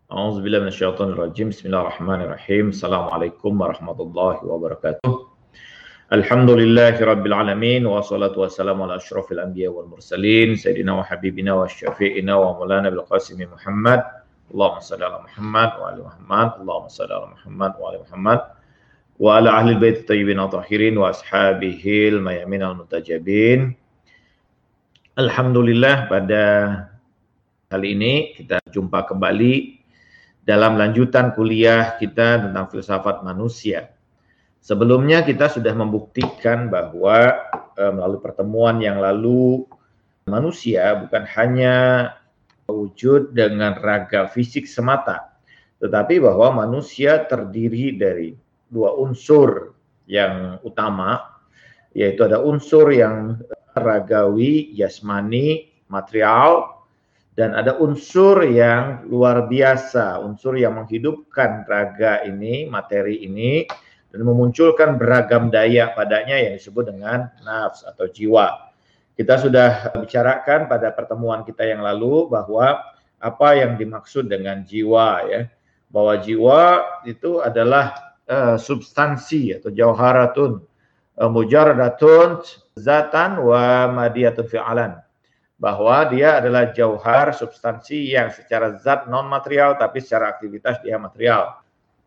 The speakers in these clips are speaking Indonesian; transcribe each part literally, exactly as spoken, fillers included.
A'udzubillahi minasyaitonirrajim. Bismillahirrahmanirrahim. Assalamualaikum warahmatullahi wabarakatuh. Alhamdulillahirabbil alamin wassalatu wassalamu ala asyrofil anbiya wal mursalin sayyidina wa habibina wa syafi'ina wa maulana bil qasimi Muhammad. Allahumma shalli ala Muhammad wa ali Muhammad. Allahumma shalli ala Muhammad wa ali Muhammad wa ala ahli bait thayyibin tahirin wa ashabihil mayamin al mutajabin. Alhamdulillah, pada kali ini kita jumpa kembali dalam lanjutan kuliah kita tentang filsafat manusia. Sebelumnya kita sudah membuktikan bahwa e, melalui pertemuan yang lalu, manusia bukan hanya wujud dengan raga fisik semata, tetapi bahwa manusia terdiri dari dua unsur yang utama, yaitu ada unsur yang ragawi, jasmani, material, dan ada unsur yang luar biasa, unsur yang menghidupkan raga ini, materi ini, dan memunculkan beragam daya padanya yang disebut dengan nafs atau jiwa. Kita sudah bicarakan pada pertemuan kita yang lalu bahwa apa yang dimaksud dengan jiwa, ya, bahwa jiwa itu adalah uh, substansi atau jauharatun, uh, mujaradatun, zatan wa madiyatun fi'alan. Bahwa dia adalah jauhar, substansi yang secara zat non material tapi secara aktivitas dia material.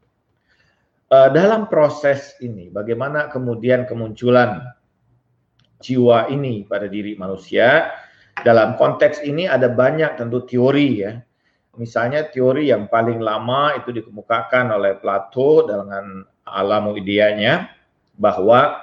Uh, dalam proses ini, bagaimana kemudian kemunculan jiwa ini pada diri manusia? Dalam konteks ini ada banyak tentu teori, ya. Misalnya teori yang paling lama itu dikemukakan oleh Plato dengan alam ideanya, bahwa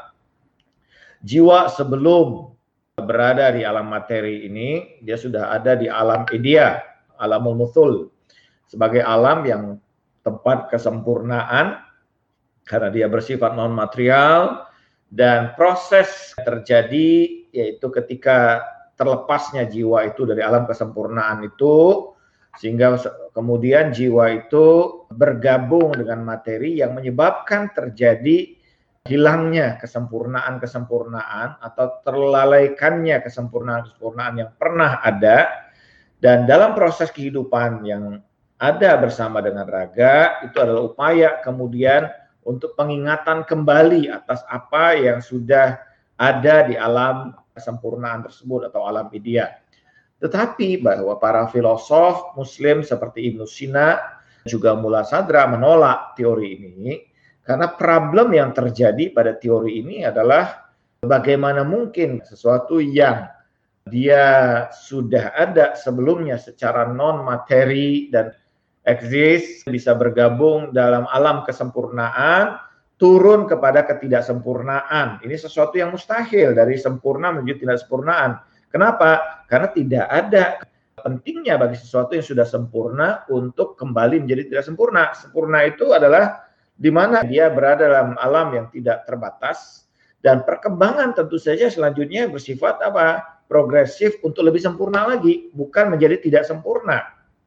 jiwa sebelum berada di alam materi ini, dia sudah ada di alam idea, alamul muthul, sebagai alam yang tempat kesempurnaan karena dia bersifat non material, dan proses terjadi yaitu ketika terlepasnya jiwa itu dari alam kesempurnaan itu, sehingga kemudian jiwa itu bergabung dengan materi yang menyebabkan terjadi hilangnya kesempurnaan-kesempurnaan atau terlalaikannya kesempurnaan-kesempurnaan yang pernah ada, dan dalam proses kehidupan yang ada bersama dengan raga itu adalah upaya kemudian untuk pengingatan kembali atas apa yang sudah ada di alam kesempurnaan tersebut atau alam idea. Tetapi bahwa para filosof muslim seperti Ibnu Sina juga Mullah Sadra menolak teori ini, karena problem yang terjadi pada teori ini adalah bagaimana mungkin sesuatu yang dia sudah ada sebelumnya secara non-materi dan eksis bisa bergabung dalam alam kesempurnaan, turun kepada ketidaksempurnaan. Ini sesuatu yang mustahil, dari sempurna menuju tidak sempurnaan. Kenapa? Karena tidak ada pentingnya bagi sesuatu yang sudah sempurna untuk kembali menjadi tidak sempurna. Sempurna itu adalah di mana dia berada dalam alam yang tidak terbatas, dan perkembangan tentu saja selanjutnya bersifat apa? Progresif untuk lebih sempurna lagi, bukan menjadi tidak sempurna.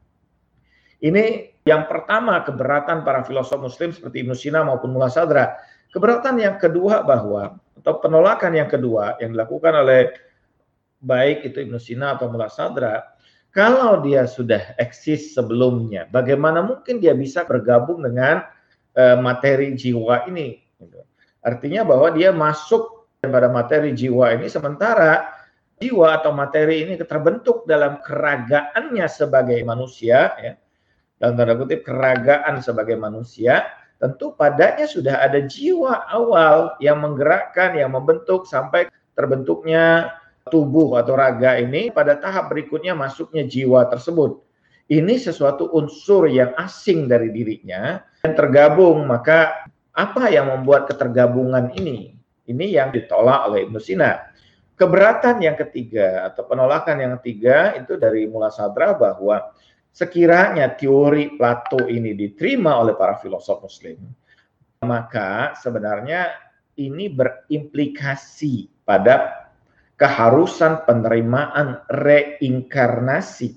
Ini yang pertama keberatan para filosof muslim seperti Ibnu Sina maupun Mullah Sadra. Keberatan yang kedua bahwa, atau penolakan yang kedua yang dilakukan oleh baik itu Ibnu Sina atau Mullah Sadra, kalau dia sudah eksis sebelumnya, bagaimana mungkin dia bisa bergabung dengan materi jiwa ini? Artinya bahwa dia masuk pada materi jiwa ini, sementara jiwa atau materi ini terbentuk dalam keragaannya sebagai manusia, ya, dalam tanda kutip keragaan sebagai manusia, tentu padanya sudah ada jiwa awal yang menggerakkan, yang membentuk sampai terbentuknya tubuh atau raga ini. Pada tahap berikutnya masuknya jiwa tersebut. Ini sesuatu unsur yang asing dari dirinya dan tergabung. Maka apa yang membuat ketergabungan ini? Ini yang ditolak oleh Ibnu Sina. Keberatan yang ketiga atau penolakan yang ketiga itu dari Mullah Sadra, bahwa sekiranya teori Plato ini diterima oleh para filosof muslim, maka sebenarnya ini berimplikasi pada keharusan penerimaan reinkarnasi.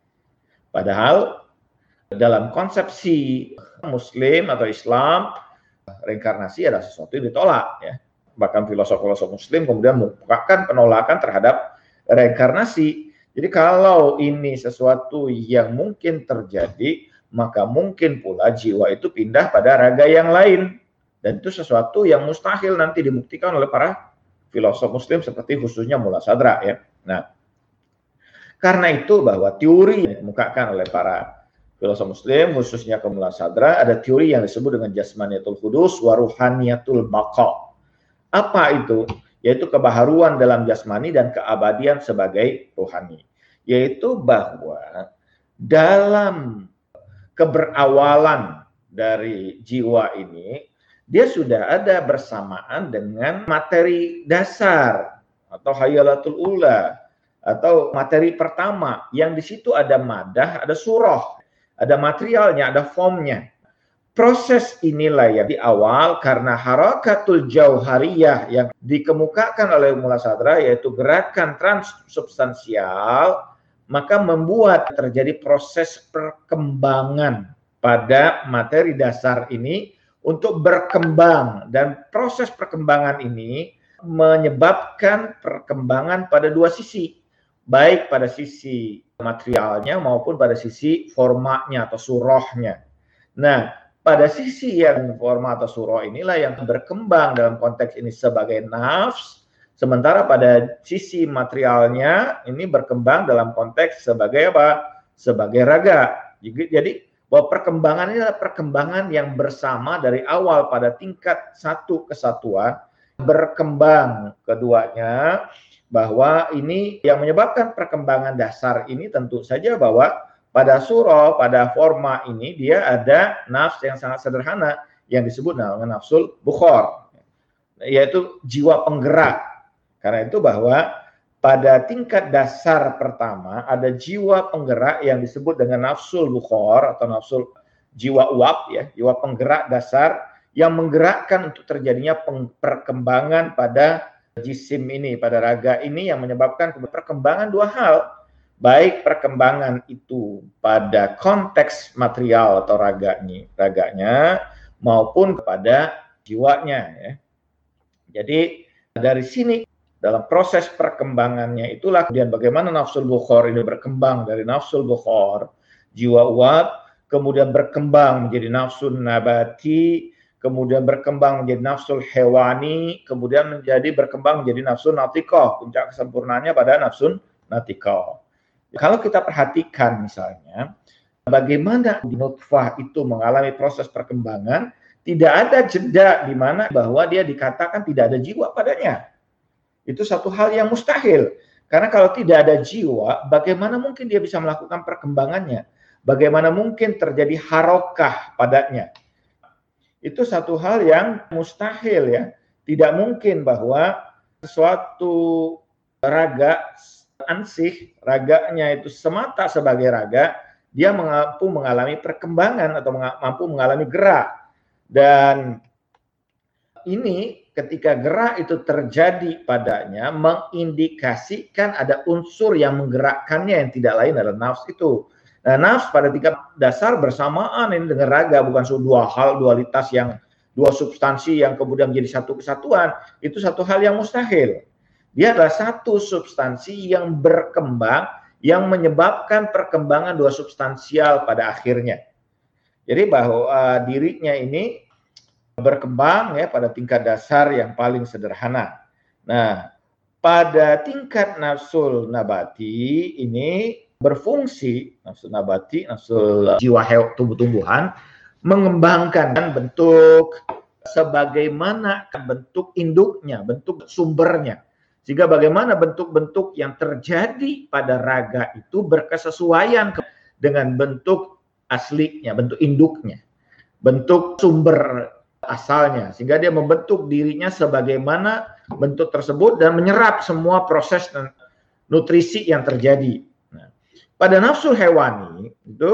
Padahal dalam konsepsi muslim atau Islam, reinkarnasi adalah sesuatu yang ditolak, ya. Bahkan filosof-filosof muslim kemudian mengungkapkan penolakan terhadap reinkarnasi. Jadi kalau ini sesuatu yang mungkin terjadi, maka mungkin pula jiwa itu pindah pada raga yang lain. Dan itu sesuatu yang mustahil nanti dibuktikan oleh para filosof muslim seperti khususnya Mullah Sadra ya. Nah, karena itu bahwa teori yang dikemukakan oleh para filosof muslim khususnya ke Mullah Sadra ada teori yang disebut dengan jasmaniyatul qudus wa ruhaniyatul baqa. Apa itu? Yaitu kebaharuan dalam jasmani dan keabadian sebagai rohani. Yaitu bahwa dalam keberawalan dari jiwa ini dia sudah ada bersamaan dengan materi dasar atau hayalatul ula atau materi pertama yang di situ ada madah, ada surah, ada materialnya, ada formnya. Proses inilah yang di awal karena harakatul jauhariyah yang dikemukakan oleh Mullah Sadra yaitu gerakan transsubstansial, maka membuat terjadi proses perkembangan pada materi dasar ini untuk berkembang, dan proses perkembangan ini menyebabkan perkembangan pada dua sisi, baik pada sisi materialnya maupun pada sisi formanya atau surahnya. Nah, pada sisi yang forma atau surah inilah yang berkembang dalam konteks ini sebagai nafs, sementara pada sisi materialnya ini berkembang dalam konteks sebagai apa? Sebagai raga. Jadi bahwa perkembangan ini adalah perkembangan yang bersama dari awal pada tingkat satu kesatuan, berkembang keduanya, bahwa ini yang menyebabkan perkembangan dasar ini tentu saja bahwa pada surah, pada forma ini dia ada nafs yang sangat sederhana yang disebut dengan nafsul bukhor, yaitu jiwa penggerak. Karena itu bahwa pada tingkat dasar pertama ada jiwa penggerak yang disebut dengan nafsul bukhor atau nafsul jiwa uap ya, jiwa penggerak dasar yang menggerakkan untuk terjadinya perkembangan pada jisim ini, pada raga ini yang menyebabkan perkembangan dua hal, baik perkembangan itu pada konteks material atau raganya, raganya maupun kepada jiwanya ya. Jadi dari sini dalam proses perkembangannya itulah kemudian bagaimana nafsul bukhor ini berkembang dari nafsul bukhor, jiwa uap, kemudian berkembang menjadi nafsul nabati, kemudian berkembang menjadi nafsul hewani, kemudian menjadi berkembang menjadi nafsul natikoh, puncak kesempurnaannya pada nafsul natikoh. Kalau kita perhatikan misalnya, bagaimana nutfah itu mengalami proses perkembangan, tidak ada jeda di mana bahwa dia dikatakan tidak ada jiwa padanya. Itu satu hal yang mustahil. Karena kalau tidak ada jiwa, bagaimana mungkin dia bisa melakukan perkembangannya? Bagaimana mungkin terjadi harokah padanya? Itu satu hal yang mustahil ya. Tidak mungkin bahwa suatu raga ansih, raganya itu semata sebagai raga, dia mampu mengalami perkembangan atau mampu mengalami gerak. Dan ini ketika gerak itu terjadi padanya mengindikasikan ada unsur yang menggerakkannya yang tidak lain adalah nafs itu. Nah, nafs pada tingkat dasar bersamaan ini dengan raga, bukan dua hal dualitas yang dua substansi yang kemudian menjadi satu kesatuan, itu satu hal yang mustahil. Dia adalah satu substansi yang berkembang yang menyebabkan perkembangan dua substansial pada akhirnya. Jadi bahwa uh, dirinya ini berkembang ya pada tingkat dasar yang paling sederhana. Nah, pada tingkat nafsul nabati ini berfungsi, nafsul nabati, nafsul jiwa hewan tumbuh-tumbuhan, mengembangkan bentuk sebagaimana bentuk induknya, bentuk sumbernya. Sehingga bagaimana bentuk-bentuk yang terjadi pada raga itu berkesesuaian dengan bentuk aslinya, bentuk induknya, bentuk sumber asalnya, sehingga dia membentuk dirinya sebagaimana bentuk tersebut dan menyerap semua proses dan nutrisi yang terjadi. Nah, pada nafsul hewani itu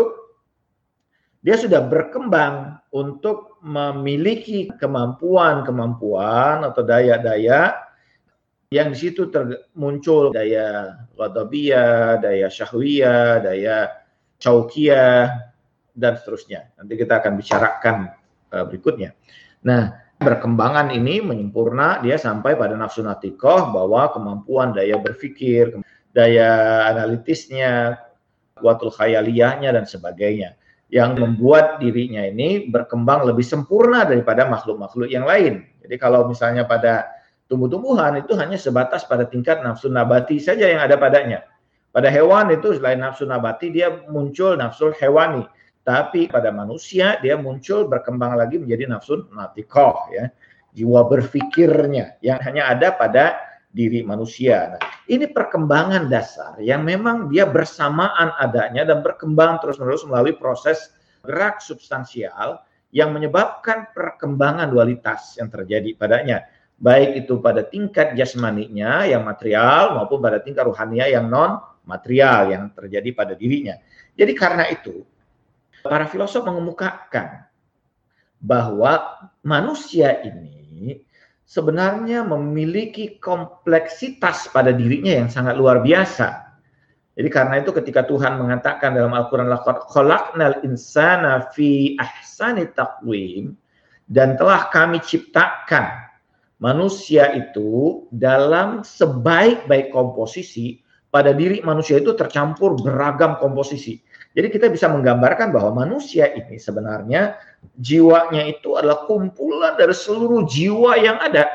dia sudah berkembang untuk memiliki kemampuan-kemampuan atau daya-daya yang di situ muncul daya ghadabiyah, daya syahwiyah, daya syauqiyah dan seterusnya. Nanti kita akan bicarakan uh, berikutnya. Nah, perkembangan ini menyempurna dia sampai pada nafsu natikoh bahwa kemampuan daya berpikir, daya analitisnya, kuatul khayaliyahnya dan sebagainya. yang membuat dirinya ini berkembang lebih sempurna daripada makhluk-makhluk yang lain. Jadi kalau misalnya pada tumbuh-tumbuhan itu hanya sebatas pada tingkat nafsu nabati saja yang ada padanya. Pada hewan itu selain nafsu nabati dia muncul nafsu hewani. Tapi pada manusia dia muncul berkembang lagi menjadi nafsu natikoh, ya, jiwa berpikirnya yang hanya ada pada diri manusia. Nah, ini perkembangan dasar yang memang dia bersamaan adanya dan berkembang terus-menerus melalui proses gerak substansial yang menyebabkan perkembangan dualitas yang terjadi padanya, baik itu pada tingkat jasmaninya yang material maupun pada tingkat ruhania yang non material yang terjadi pada dirinya. Jadi karena itu para filosof mengemukakan bahwa manusia ini sebenarnya memiliki kompleksitas pada dirinya yang sangat luar biasa. Jadi karena itu ketika Tuhan mengatakan dalam Al-Quran, laqad khalaqnal insana fi ahsani taqwim, dan telah kami ciptakan manusia itu dalam sebaik-baik komposisi, pada diri manusia itu tercampur beragam komposisi. Jadi kita bisa menggambarkan bahwa manusia ini sebenarnya jiwanya itu adalah kumpulan dari seluruh jiwa yang ada.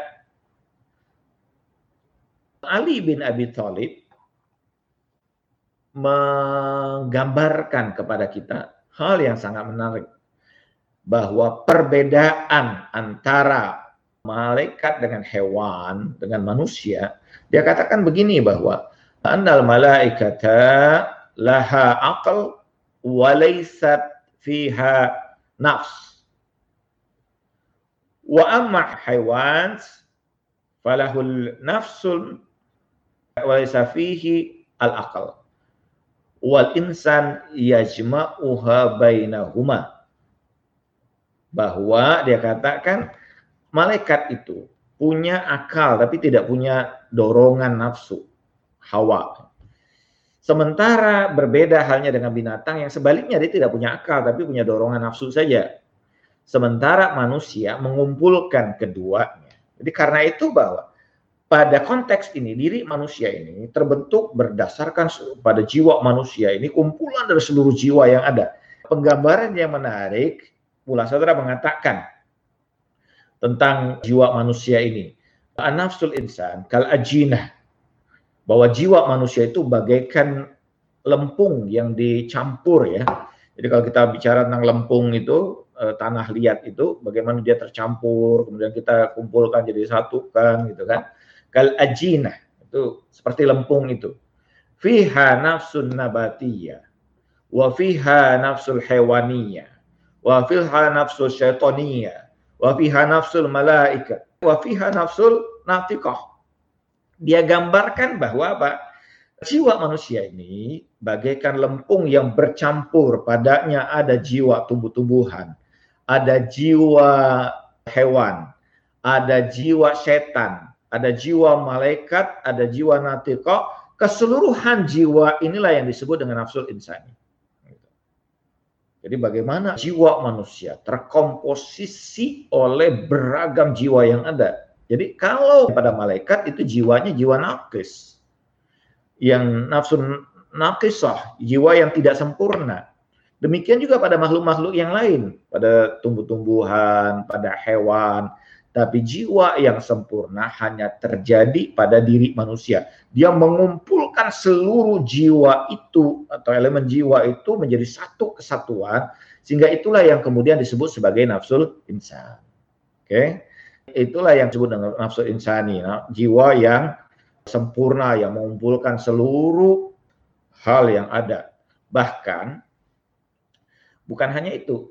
Ali bin Abi Thalib menggambarkan kepada kita hal yang sangat menarik, bahwa perbedaan antara malaikat dengan hewan, dengan manusia, dia katakan begini, bahwa annal malaikata laha aql walaysat fiha nafs wa amma hayawan falahul nafsul walaysa fihi al-aql wal insan yajma'uha bainahuma. Bahwa dia katakan malaikat itu punya akal tapi tidak punya dorongan nafsu, hawa. Sementara berbeda halnya dengan binatang yang sebaliknya dia tidak punya akal tapi punya dorongan nafsu saja. Sementara manusia mengumpulkan keduanya. Jadi karena itu bahwa pada konteks ini diri manusia ini terbentuk berdasarkan pada jiwa manusia ini, kumpulan dari seluruh jiwa yang ada. Penggambaran yang menarik, Mullah Sadra mengatakan tentang jiwa manusia ini. An-nafsul insan kal ajinah, bahwa jiwa manusia itu bagaikan lempung yang dicampur, ya. Jadi kalau kita bicara tentang lempung itu, e, tanah liat itu, bagaimana dia tercampur, kemudian kita kumpulkan jadi satu kan, gitu kan. Kal ajinah, itu seperti lempung itu. Fiha nafsun nabatiyah, wa fiha nafsul hewaniyah, wa fiha nafsul syaitoniyah, wa fiha nafsul malaikat, wa fiha nafsul natiqah. Dia gambarkan bahwa apa? Jiwa manusia ini bagaikan lempung yang bercampur, padanya ada jiwa tumbuh-tumbuhan, ada jiwa hewan, ada jiwa setan, ada jiwa malaikat, ada jiwa natiqah. Keseluruhan jiwa inilah yang disebut dengan nafsul insani. Jadi bagaimana jiwa manusia terkomposisi oleh beragam jiwa yang ada. Jadi kalau pada malaikat itu jiwanya jiwa naqis, yang nafsu naqisah, jiwa yang tidak sempurna. Demikian juga pada makhluk-makhluk yang lain, pada tumbuh-tumbuhan, pada hewan. Tapi jiwa yang sempurna hanya terjadi pada diri manusia. Dia mengumpulkan seluruh jiwa itu atau elemen jiwa itu menjadi satu kesatuan, sehingga itulah yang kemudian disebut sebagai nafsul insan. Oke. Okay? Itulah yang disebut dengan nafsu insani, jiwa yang sempurna yang mengumpulkan seluruh hal yang ada. Bahkan bukan hanya itu,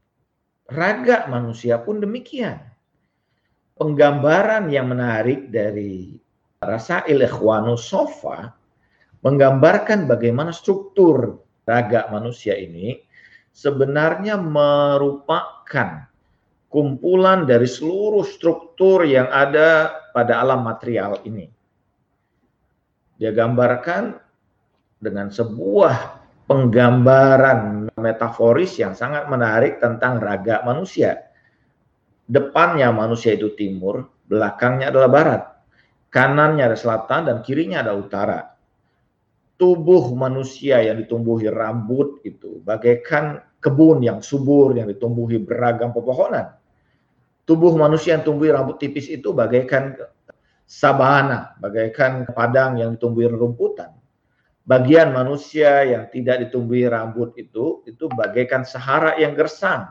raga manusia pun demikian. Penggambaran yang menarik dari Rasail Ikhwanus Sofa menggambarkan bagaimana struktur raga manusia ini sebenarnya merupakan kumpulan dari seluruh struktur yang ada pada alam material ini. Dia gambarkan dengan sebuah penggambaran metaforis yang sangat menarik tentang raga manusia. Depannya manusia itu timur, belakangnya adalah barat, kanannya ada selatan, dan kirinya ada utara. Tubuh manusia yang ditumbuhi rambut itu bagaikan kebun yang subur yang ditumbuhi beragam pepohonan. Tubuh manusia yang tumbuhi rambut tipis itu bagaikan sabana, bagaikan padang yang ditumbuhi rerumputan. Bagian manusia yang tidak ditumbuhi rambut itu, itu bagaikan Sahara yang gersang.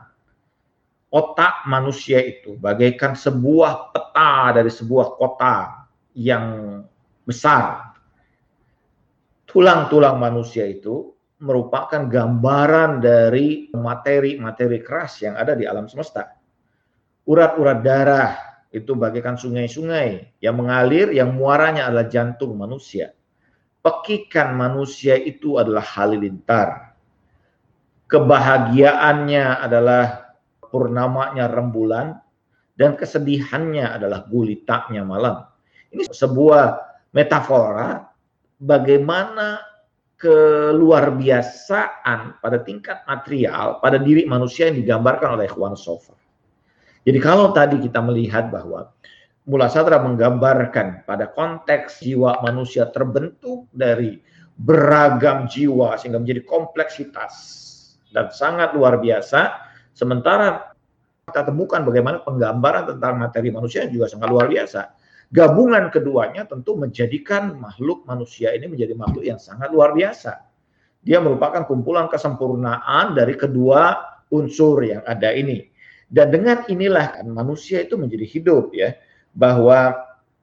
Otak manusia itu bagaikan sebuah peta dari sebuah kota yang besar. Tulang-tulang manusia itu merupakan gambaran dari materi-materi keras yang ada di alam semesta. Urat-urat darah itu bagaikan sungai-sungai yang mengalir, yang muaranya adalah jantung manusia. Pekikan manusia itu adalah halilintar. Kebahagiaannya adalah purnamanya rembulan, dan kesedihannya adalah gulitanya malam. Ini sebuah metafora bagaimana keluar biasaan pada tingkat material pada diri manusia yang digambarkan oleh Juan Sofer. Jadi kalau tadi kita melihat bahwa Mulasatra menggambarkan pada konteks jiwa manusia terbentuk dari beragam jiwa sehingga menjadi kompleksitas dan sangat luar biasa, sementara kita temukan bagaimana penggambaran tentang materi manusia juga sangat luar biasa. Gabungan keduanya tentu menjadikan makhluk manusia ini menjadi makhluk yang sangat luar biasa. Dia merupakan kumpulan kesempurnaan dari kedua unsur yang ada ini. Dan dengan inilah kan manusia itu menjadi hidup ya, bahwa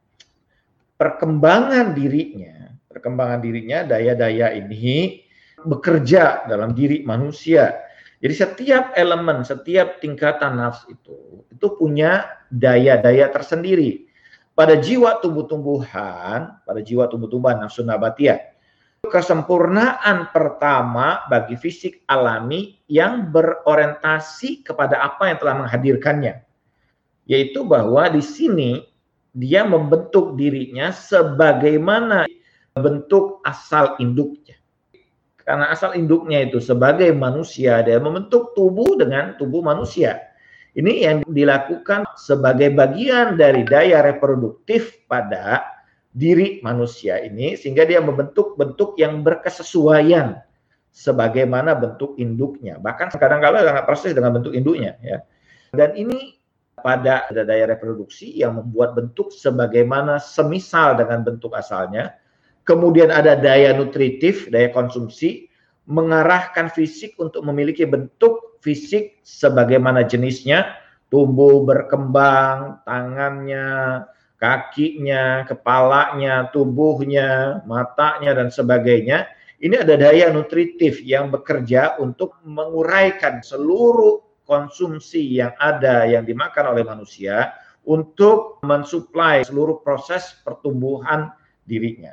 perkembangan dirinya, perkembangan dirinya, daya-daya ini bekerja dalam diri manusia. Jadi setiap elemen, setiap tingkatan nafs itu, itu punya daya-daya tersendiri. Pada jiwa tumbuh-tumbuhan, pada jiwa tumbuh-tumbuhan nafsu nabatiyah, kesempurnaan pertama bagi fisik alami yang berorientasi kepada apa yang telah menghadirkannya. Yaitu bahwa di sini dia membentuk dirinya sebagaimana bentuk asal induknya. Karena asal induknya itu sebagai manusia, dia membentuk tubuh dengan tubuh manusia. Ini yang dilakukan sebagai bagian dari daya reproduktif pada diri manusia ini, sehingga dia membentuk bentuk yang berkesesuaian sebagaimana bentuk induknya. Bahkan kadang-kadang sangat persis dengan bentuk induknya. Ya. Dan ini pada daya reproduksi yang membuat bentuk sebagaimana semisal dengan bentuk asalnya. Kemudian ada daya nutritif, daya konsumsi, mengarahkan fisik untuk memiliki bentuk fisik sebagaimana jenisnya, tumbuh berkembang, tangannya, kakinya, kepalanya, tubuhnya, matanya, dan sebagainya. Ini ada daya nutritif yang bekerja untuk menguraikan seluruh konsumsi yang ada, yang dimakan oleh manusia, untuk mensuplai seluruh proses pertumbuhan dirinya.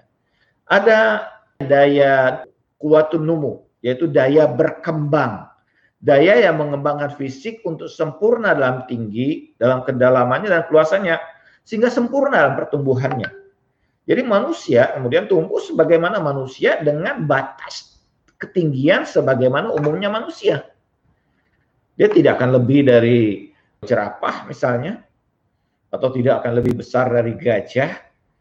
Ada daya kuwatun numu, yaitu daya berkembang. Daya yang mengembangkan fisik untuk sempurna dalam tinggi, dalam kedalamannya dan keluasannya, sehingga sempurna dalam pertumbuhannya. Jadi manusia kemudian tumbuh sebagaimana manusia dengan batas ketinggian sebagaimana umumnya manusia. Dia tidak akan lebih dari jerapah misalnya, atau tidak akan lebih besar dari gajah,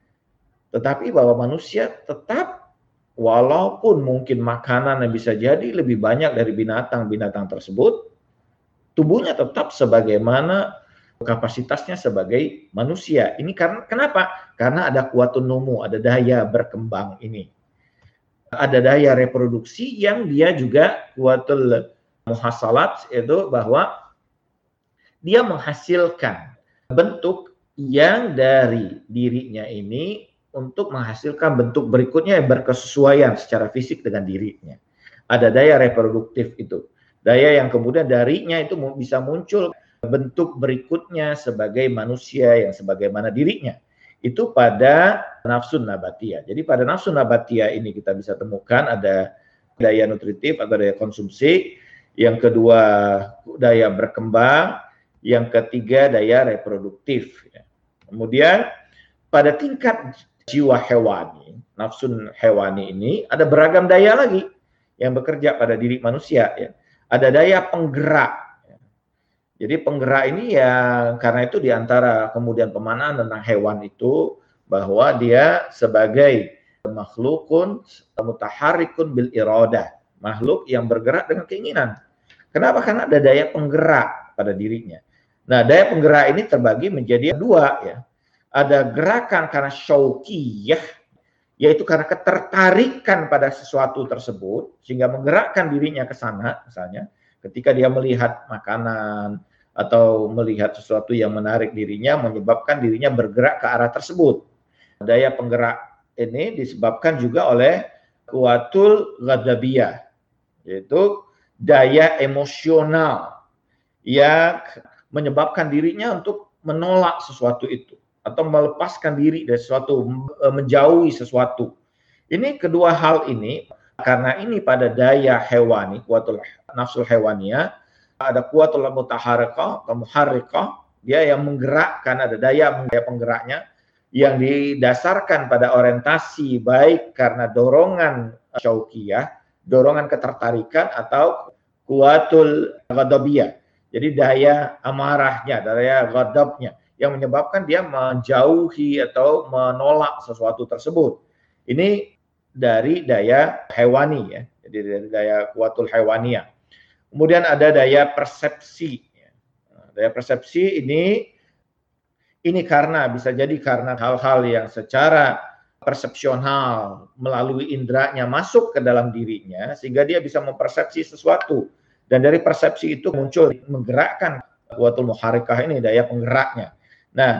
tetapi bahwa manusia tetap, walaupun mungkin makanan yang bisa jadi lebih banyak dari binatang-binatang tersebut, tubuhnya tetap sebagaimana kapasitasnya sebagai manusia. Ini karena kenapa? Karena ada kuwatun numu, ada daya berkembang ini. Ada daya reproduksi yang dia juga kuwatul muhasalat, itu bahwa dia menghasilkan bentuk yang dari dirinya ini untuk menghasilkan bentuk berikutnya yang berkesesuaian secara fisik dengan dirinya. Ada daya reproduktif itu. Daya yang kemudian darinya itu bisa muncul bentuk berikutnya sebagai manusia yang sebagaimana dirinya. Itu pada nafsu nabatiyah. Jadi pada nafsu nabatiyah ini kita bisa temukan ada daya nutritif atau daya konsumsi, yang kedua daya berkembang, yang ketiga daya reproduktif. Kemudian pada tingkat jiwa hewani, nafsu hewani ini ada beragam daya lagi yang bekerja pada diri manusia. Ya. Ada daya penggerak. Jadi penggerak ini ya karena itu diantara kemudian pemanaan tentang hewan itu bahwa dia sebagai makhlukun mutaharrikun bil iradah, makhluk yang bergerak dengan keinginan. Kenapa? Karena ada daya penggerak pada dirinya. Nah, daya penggerak ini terbagi menjadi dua ya. Ada gerakan karena syauqiyah, yaitu karena ketertarikan pada sesuatu tersebut sehingga menggerakkan dirinya ke sana, misalnya ketika dia melihat makanan atau melihat sesuatu yang menarik dirinya, menyebabkan dirinya bergerak ke arah tersebut. Daya penggerak ini disebabkan juga oleh kuwatul ghadabiyah, yaitu daya emosional yang menyebabkan dirinya untuk menolak sesuatu itu atau melepaskan diri dari sesuatu, menjauhi sesuatu. Ini kedua hal ini, karena ini pada daya hewani, kuwatul nafsul hewaniyah, ada kuwatul mutaharikah atau muharrikah, dia yang menggerakkan, ada daya, daya penggeraknya yang didasarkan pada orientasi baik karena dorongan syauqiyah, dorongan ketertarikan, atau kuwatul ghadabiyah. Jadi daya amarahnya, daya ghadabnya yang menyebabkan dia menjauhi atau menolak sesuatu tersebut. Ini dari daya hewani ya. Jadi dari daya kuwatul hewaniyah. Kemudian ada daya persepsi. Daya persepsi ini ini karena bisa jadi karena hal-hal yang secara persepsional melalui indranya masuk ke dalam dirinya sehingga dia bisa mempersepsi sesuatu, dan dari persepsi itu muncul menggerakkan kuwatul muharrikah ini, daya penggeraknya. Nah,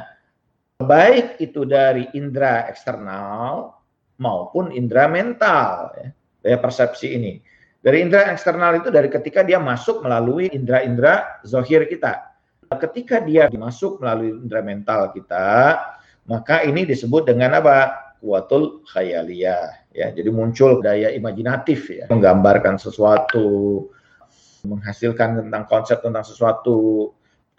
baik itu dari indera eksternal maupun indera mental ya, daya persepsi ini. Dari indera eksternal itu dari ketika dia masuk melalui indera-indera zahir kita. Ketika dia masuk melalui indera mental kita, maka ini disebut dengan apa? Kuwatul khayaliyah ya. Jadi muncul daya imajinatif ya, menggambarkan sesuatu, menghasilkan tentang konsep tentang sesuatu.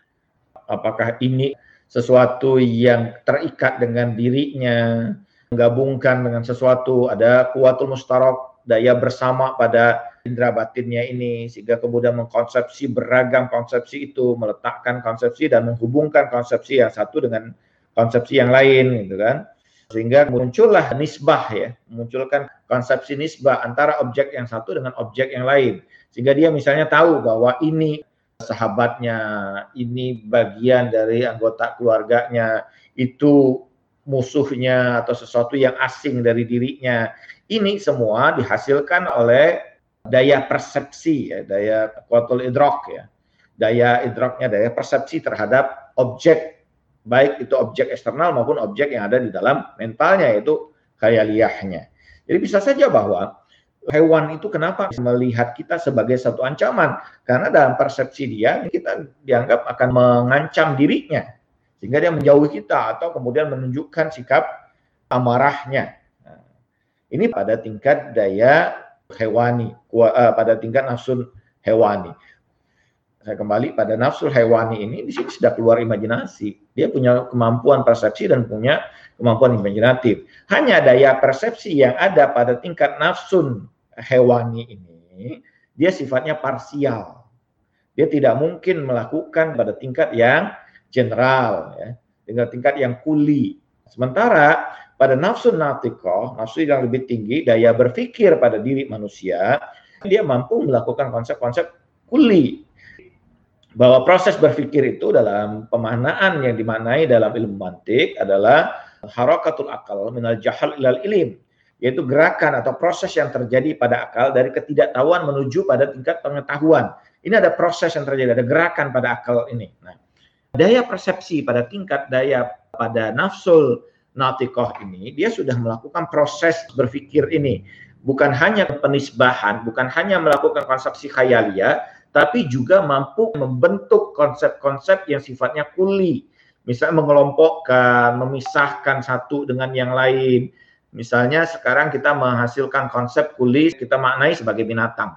Apakah ini sesuatu yang terikat dengan dirinya, menggabungkan dengan sesuatu, ada kuwatul mustarak, daya bersama pada indera batinnya ini, sehingga kemudian mengkonsepsi beragam konsepsi itu, meletakkan konsepsi dan menghubungkan konsepsi yang satu dengan konsepsi yang lain, gitu kan. Sehingga muncullah nisbah ya, munculkan konsepsi nisbah antara objek yang satu dengan objek yang lain. Sehingga dia misalnya tahu bahwa ini sahabatnya, ini bagian dari anggota keluarganya, itu musuhnya atau sesuatu yang asing dari dirinya. Ini semua dihasilkan oleh daya persepsi ya, daya kuwatul idrak ya. Daya idraknya, daya persepsi terhadap objek, baik itu objek eksternal maupun objek yang ada di dalam mentalnya, yaitu khayaliyahnya. Jadi bisa saja bahwa hewan itu kenapa melihat kita sebagai satu ancaman? Karena dalam persepsi dia, kita dianggap akan mengancam dirinya, sehingga dia menjauhi kita atau kemudian menunjukkan sikap amarahnya. Nah, ini pada tingkat daya hewani, pada tingkat nafsul hewani. Saya kembali pada nafsul hewani ini, di sini sudah keluar imajinasi. Dia punya kemampuan persepsi dan punya kemampuan imajinatif. Hanya daya persepsi yang ada pada tingkat nafsun hewani ini, dia sifatnya parsial. Dia tidak mungkin melakukan pada tingkat yang general, ya, dengan tingkat yang kuli. Sementara pada nafsu natikoh, nafsu yang lebih tinggi, daya berpikir pada diri manusia, dia mampu melakukan konsep-konsep kuli. Bahwa proses berpikir itu dalam pemaknaan yang dimaknai dalam ilmu mantik adalah harakatul akal minal jahal ilal ilim, yaitu gerakan atau proses yang terjadi pada akal dari ketidaktahuan menuju pada tingkat pengetahuan. Ini ada proses yang terjadi, ada gerakan pada akal ini. Nah, daya persepsi pada tingkat daya pada nafsul natikoh ini, dia sudah melakukan proses berpikir ini. Bukan hanya penisbahan, bukan hanya melakukan konsepsi khayaliyah, tapi juga mampu membentuk konsep-konsep yang sifatnya kuli. Misalnya mengelompokkan, memisahkan satu dengan yang lain. Misalnya sekarang kita menghasilkan konsep kuli, kita maknai sebagai binatang.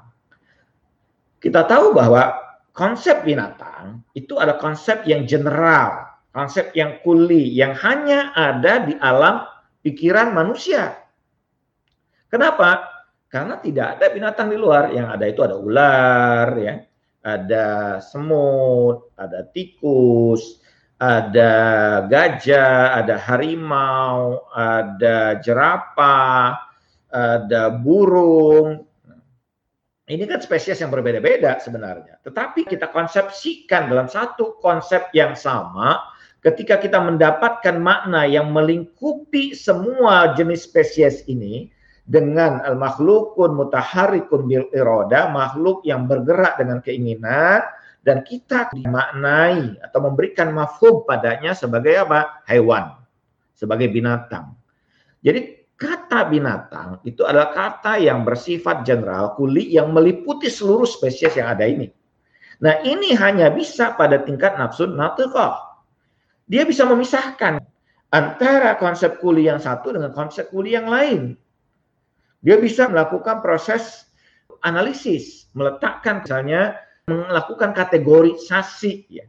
Kita tahu bahwa konsep binatang itu ada konsep yang general, konsep yang kuli, yang hanya ada di alam pikiran manusia. Kenapa? Karena tidak ada binatang di luar. Yang ada itu ada ular, ya, ada semut, ada tikus, ada gajah, ada harimau, ada jerapah, ada burung. Ini kan spesies yang berbeda-beda sebenarnya. Tetapi kita konsepsikan dalam satu konsep yang sama ketika kita mendapatkan makna yang melingkupi semua jenis spesies ini dengan al-makhlukun mutaharrikun bil iroda, makhluk yang bergerak dengan keinginan, dan kita dimaknai atau memberikan mafhum padanya sebagai apa? Hewan, sebagai binatang. Jadi kata binatang itu adalah kata yang bersifat general, kuli, yang meliputi seluruh spesies yang ada ini. Nah, ini hanya bisa pada tingkat nafsu natiqah. Dia bisa memisahkan antara konsep kuli yang satu dengan konsep kuli yang lain. Dia bisa melakukan proses analisis, meletakkan misalnya melakukan kategorisasi ya.